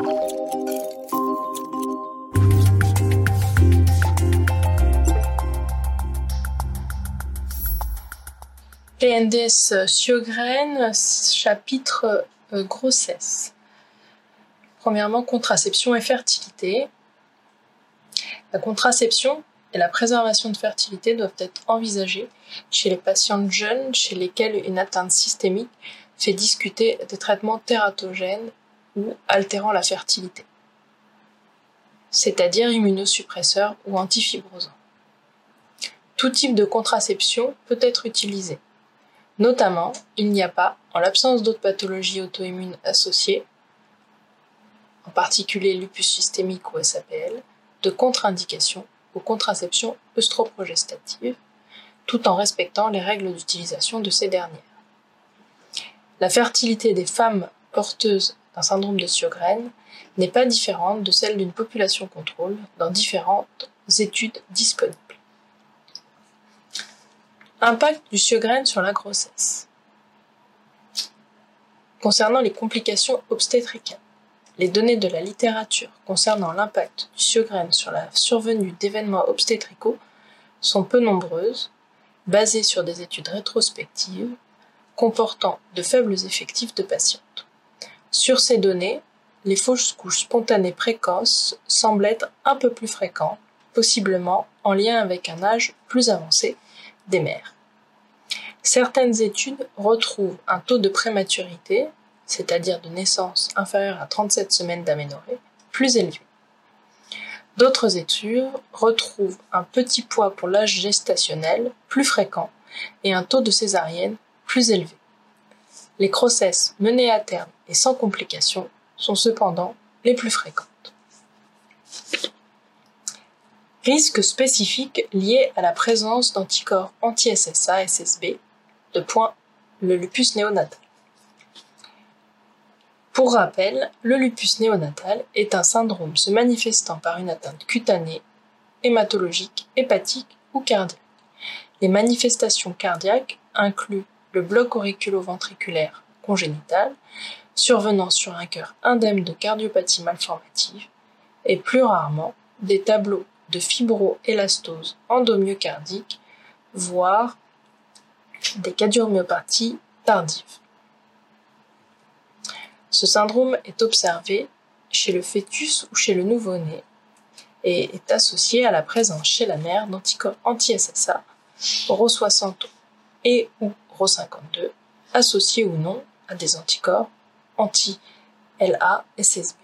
PNDS Sjögren, chapitre grossesse. Premièrement, contraception et fertilité. La contraception et la préservation de fertilité doivent être envisagées chez les patientes jeunes chez lesquelles une atteinte systémique fait discuter des traitements tératogènes ou altérant la fertilité, c'est-à-dire immunosuppresseurs ou antifibrosants. Tout type de contraception peut être utilisé. Notamment, il n'y a pas, en l'absence d'autres pathologies auto-immunes associées, en particulier lupus systémique ou SAPL, de contre-indication aux contraceptions œstroprogestatives, tout en respectant les règles d'utilisation de ces dernières. La fertilité des femmes porteuses d'un syndrome de Sjögren n'est pas différente de celle d'une population contrôle dans différentes études disponibles. Impact du Sjögren sur la grossesse. Concernant les complications obstétricales, les données de la littérature concernant l'impact du Sjögren sur la survenue d'événements obstétricaux sont peu nombreuses, basées sur des études rétrospectives comportant de faibles effectifs de patientes. Sur ces données, les fausses couches spontanées précoces semblent être un peu plus fréquentes, possiblement en lien avec un âge plus avancé des mères. Certaines études retrouvent un taux de prématurité, c'est-à-dire de naissance inférieur à 37 semaines d'aménorrhée, plus élevé. D'autres études retrouvent un petit poids pour l'âge gestationnel plus fréquent et un taux de césarienne plus élevé. Les grossesses menées à terme et sans complications sont cependant les plus fréquentes. Risques spécifiques liés à la présence d'anticorps anti-SSA-SSB, le lupus néonatal. Pour rappel, le lupus néonatal est un syndrome se manifestant par une atteinte cutanée, hématologique, hépatique ou cardiaque. Les manifestations cardiaques incluent le bloc auriculo-ventriculaire congénital, survenant sur un cœur indemne de cardiopathie malformative, et plus rarement des tableaux de fibroélastose endomyocardique, voire des cardiomyopathies tardives. Ce syndrome est observé chez le fœtus ou chez le nouveau-né et est associé à la présence chez la mère d'anticorps anti-SSA, RO60 et ou RO52, associés ou non à des anticorps anti-LA-SSB.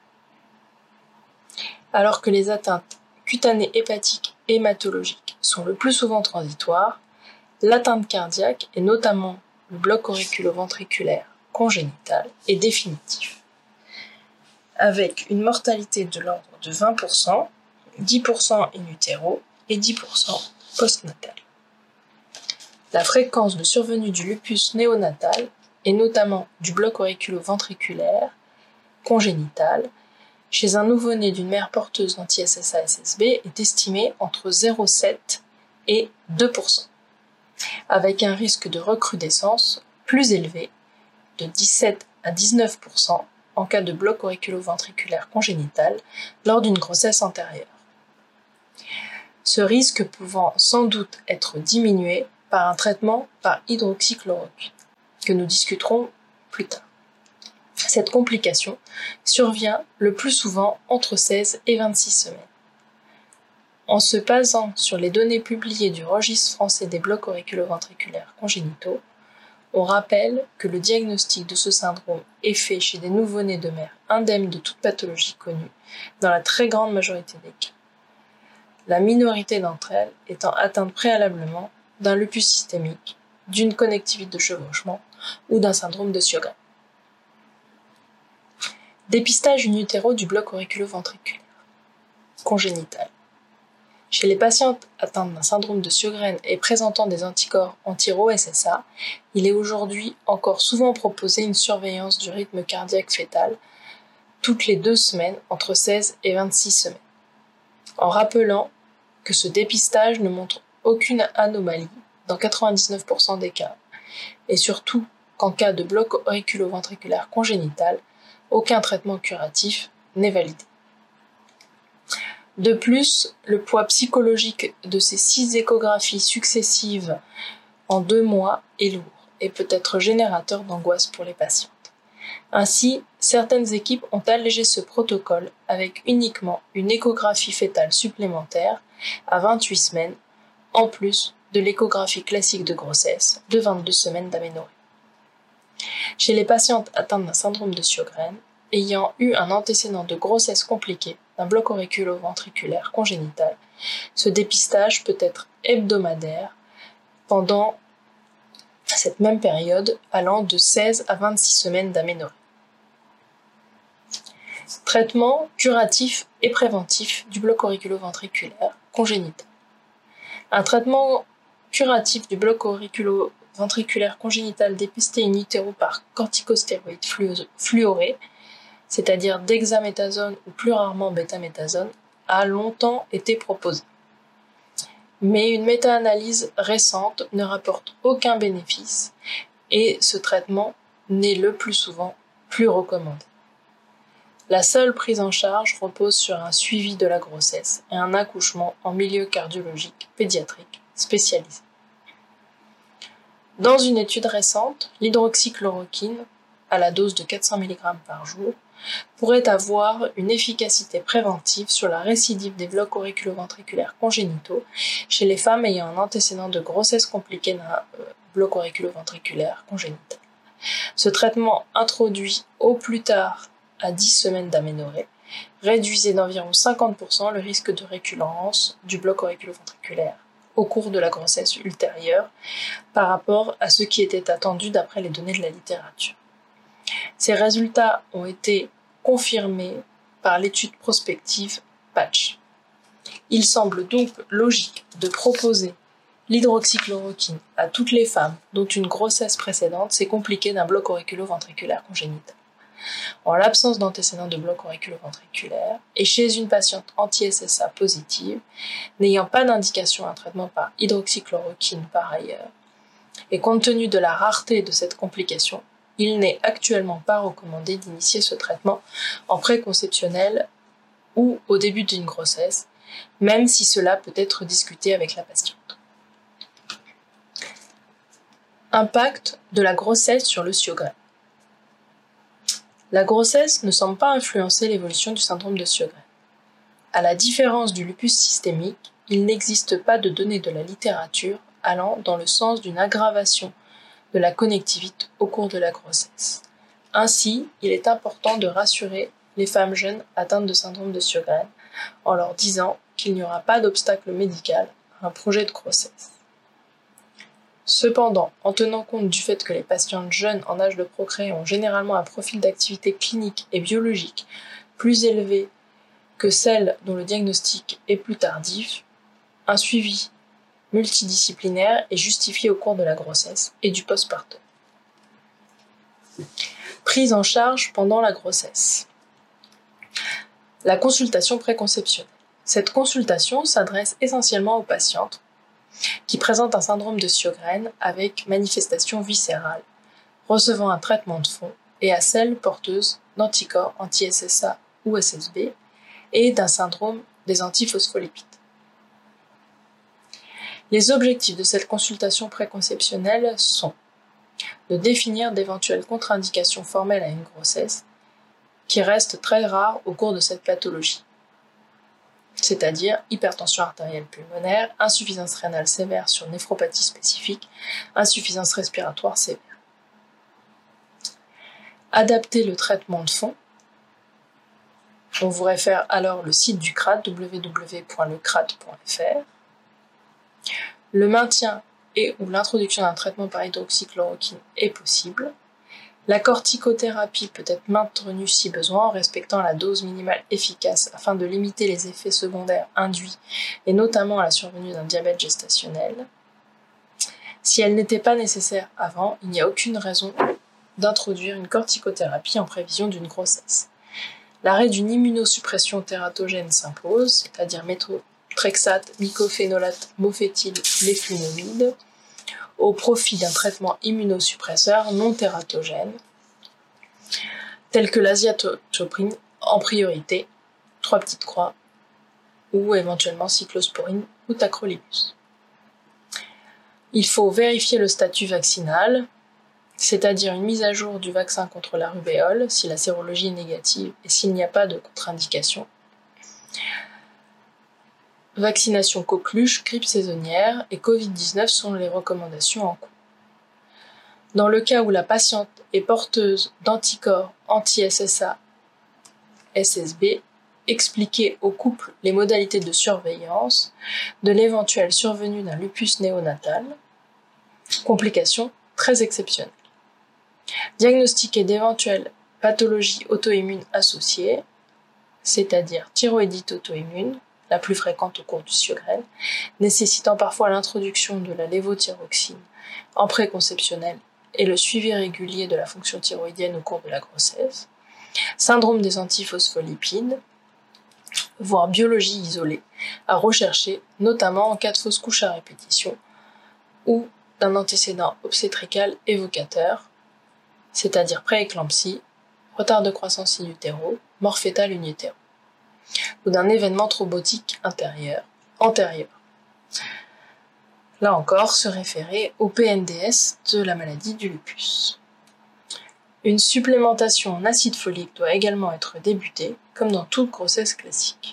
Alors que les atteintes cutanées hépatiques et hématologiques sont le plus souvent transitoires, l'atteinte cardiaque, et notamment le bloc auriculo-ventriculaire congénital, est définitive, avec une mortalité de l'ordre de 20%, 10% in utero et 10% postnatal. La fréquence de survenue du lupus néonatal, et notamment du bloc auriculo-ventriculaire congénital, chez un nouveau-né d'une mère porteuse d'anti-SSA-SSB est estimée entre 0,7 et 2%, avec un risque de recrudescence plus élevé de 17 à 19% en cas de bloc auriculo-ventriculaire congénital lors d'une grossesse antérieure. Ce risque pouvant sans doute être diminué par un traitement par hydroxychloroquine, que nous discuterons plus tard. Cette complication survient le plus souvent entre 16 et 26 semaines. En se basant sur les données publiées du registre français des blocs auriculo-ventriculaires congénitaux, on rappelle que le diagnostic de ce syndrome est fait chez des nouveau-nés de mères indemnes de toute pathologie connue, dans la très grande majorité des cas. La minorité d'entre elles étant atteintes préalablement d'un lupus systémique, d'une connectivite de chevauchement ou d'un syndrome de Sjögren. Dépistage in utero du bloc auriculo-ventriculaire congénital. Chez les patientes atteintes d'un syndrome de Sjögren et présentant des anticorps anti-RO-SSA, il est aujourd'hui encore souvent proposé une surveillance du rythme cardiaque fœtal toutes les 2 semaines entre 16 et 26 semaines, en rappelant que ce dépistage ne montre aucune anomalie dans 99% des cas, et surtout qu'en cas de bloc auriculo-ventriculaire congénital, Aucun traitement curatif n'est validé. De plus, le poids psychologique de ces 6 échographies successives en 2 mois est lourd et peut être générateur d'angoisse pour les patientes. Ainsi, certaines équipes ont allégé ce protocole avec uniquement une échographie fœtale supplémentaire à 28 semaines, en plus de l'échographie classique de grossesse de 22 semaines d'aménorrhée. Chez les patientes atteintes d'un syndrome de Sjögren, ayant eu un antécédent de grossesse compliqué d'un bloc auriculo-ventriculaire congénital, ce dépistage peut être hebdomadaire pendant cette même période allant de 16 à 26 semaines d'aménorrhée. Traitement curatif et préventif du bloc auriculo-ventriculaire congénital. Un traitement curatif du bloc auriculo-ventriculaire congénital dépisté in utero par corticostéroïdes fluorés, c'est-à-dire dexaméthasone ou plus rarement bétaméthasone, a longtemps été proposé. Mais une méta-analyse récente ne rapporte aucun bénéfice et ce traitement n'est le plus souvent plus recommandé. La seule prise en charge repose sur un suivi de la grossesse et un accouchement en milieu cardiologique pédiatrique spécialisé. Dans une étude récente, l'hydroxychloroquine, à la dose de 400 mg par jour, pourrait avoir une efficacité préventive sur la récidive des blocs auriculo-ventriculaires congénitaux chez les femmes ayant un antécédent de grossesse compliqué d'un bloc auriculo-ventriculaire congénital. Ce traitement introduit au plus tard à 10 semaines d'aménorrhée réduisait d'environ 50% le risque de récurrence du bloc auriculo-ventriculaire au cours de la grossesse ultérieure par rapport à ce qui était attendu d'après les données de la littérature. Ces résultats ont été confirmés par l'étude prospective PATCH. Il semble donc logique de proposer l'hydroxychloroquine à toutes les femmes dont une grossesse précédente s'est compliquée d'un bloc auriculo-ventriculaire congénital. En l'absence d'antécédents de bloc auriculo-ventriculaire et chez une patiente anti-SSA positive, n'ayant pas d'indication à un traitement par hydroxychloroquine par ailleurs, et compte tenu de la rareté de cette complication, il n'est actuellement pas recommandé d'initier ce traitement en préconceptionnel ou au début d'une grossesse, même si cela peut être discuté avec la patiente. Impact de la grossesse sur le Sjögren. La grossesse ne semble pas influencer l'évolution du syndrome de Sjögren. À la différence du lupus systémique, il n'existe pas de données de la littérature allant dans le sens d'une aggravation de la connectivité au cours de la grossesse. Ainsi, il est important de rassurer les femmes jeunes atteintes de syndrome de Sjögren en leur disant qu'il n'y aura pas d'obstacle médical à un projet de grossesse. Cependant, en tenant compte du fait que les patientes jeunes en âge de procréer ont généralement un profil d'activité clinique et biologique plus élevé que celles dont le diagnostic est plus tardif, un suivi multidisciplinaire est justifié au cours de la grossesse et du postpartum. Prise en charge pendant la grossesse. La consultation préconceptionnelle. Cette consultation s'adresse essentiellement aux patientes qui présentent un syndrome de Sjögren avec manifestation viscérale, recevant un traitement de fond, et à celles porteuses d'anticorps anti-SSA ou SSB et d'un syndrome des antiphospholipides. Les objectifs de cette consultation préconceptionnelle sont de définir d'éventuelles contre-indications formelles à une grossesse qui restent très rares au cours de cette pathologie, c'est-à-dire hypertension artérielle pulmonaire, insuffisance rénale sévère sur néphropathie spécifique, insuffisance respiratoire sévère. Adapter le traitement de fond. On vous réfère alors le site du CRAD, www.lecrad.fr. Le maintien et ou l'introduction d'un traitement par hydroxychloroquine est possible. La corticothérapie peut être maintenue si besoin en respectant la dose minimale efficace afin de limiter les effets secondaires induits et notamment à la survenue d'un diabète gestationnel. Si elle n'était pas nécessaire avant, il n'y a aucune raison d'introduire une corticothérapie en prévision d'une grossesse. L'arrêt d'une immunosuppression tératogène s'impose, c'est-à-dire méthotrexate, mycophénolate, mofétyle, léflunomide, au profit d'un traitement immunosuppresseur non tératogène. tels que l'aziatoprine en priorité, 3 petites croix, ou éventuellement cyclosporine ou tacrolimus. Il faut vérifier le statut vaccinal, c'est-à-dire une mise à jour du vaccin contre la rubéole si la sérologie est négative et s'il n'y a pas de contre-indication. Vaccination coqueluche, grippe saisonnière et Covid-19 sont les recommandations en cours. Dans le cas où la patiente est porteuse d'anticorps anti-SSA, SSB, expliquer au couple les modalités de surveillance de l'éventuelle survenue d'un lupus néonatal, complications très exceptionnelles. Diagnostiquer d'éventuelles pathologies auto-immunes associées, c'est-à-dire thyroïdite auto-immune, la plus fréquente au cours du Sjögren, nécessitant parfois l'introduction de la lévothyroxine en préconceptionnel et le suivi régulier de la fonction thyroïdienne au cours de la grossesse, syndrome des antiphospholipides, voire biologie isolée, à rechercher, notamment en cas de fausse couche à répétition ou d'un antécédent obstétrical évocateur, c'est-à-dire prééclampsie, retard de croissance in utero, mort fœtale in utero, ou d'un événement thrombotique antérieur. Là encore, se référer au PNDS de la maladie du lupus. Une supplémentation en acide folique doit également être débutée, comme dans toute grossesse classique.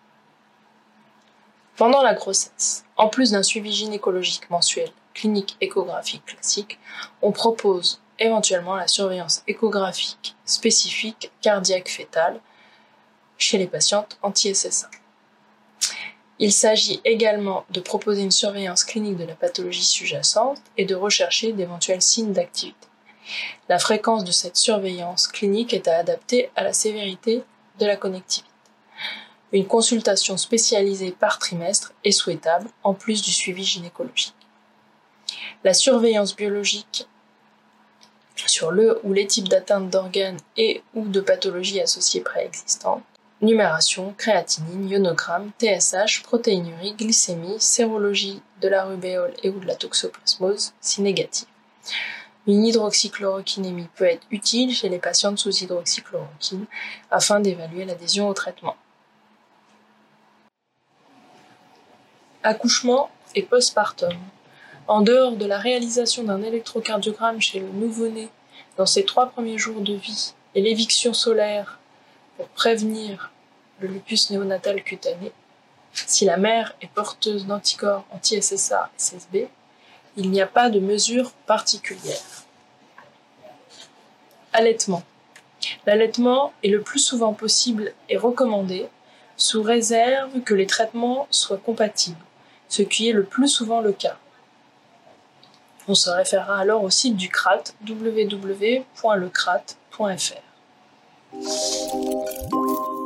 Pendant la grossesse, en plus d'un suivi gynécologique mensuel, clinique échographique classique, on propose éventuellement la surveillance échographique spécifique cardiaque fœtale chez les patientes anti-SSA. Il s'agit également de proposer une surveillance clinique de la pathologie sous-jacente et de rechercher d'éventuels signes d'activité. La fréquence de cette surveillance clinique est à adapter à la sévérité de la connectivité. Une consultation spécialisée par trimestre est souhaitable, en plus du suivi gynécologique. La surveillance biologique sur le ou les types d'atteintes d'organes et ou de pathologies associées préexistantes, numération, créatinine, ionogramme, TSH, protéinurie, glycémie, sérologie de la rubéole et ou de la toxoplasmose, si négative. Une hydroxychloroquinémie peut être utile chez les patientes sous hydroxychloroquine afin d'évaluer l'adhésion au traitement. Accouchement et postpartum. En dehors de la réalisation d'un électrocardiogramme chez le nouveau-né dans ses 3 premiers jours de vie et l'éviction solaire pour prévenir le lupus néonatal cutané, si la mère est porteuse d'anticorps anti-SSA et SSB, il n'y a pas de mesure particulière. Allaitement. L'allaitement est le plus souvent possible et recommandé sous réserve que les traitements soient compatibles, ce qui est le plus souvent le cas. On se référera alors au site du CRAT, www.lecrat.fr.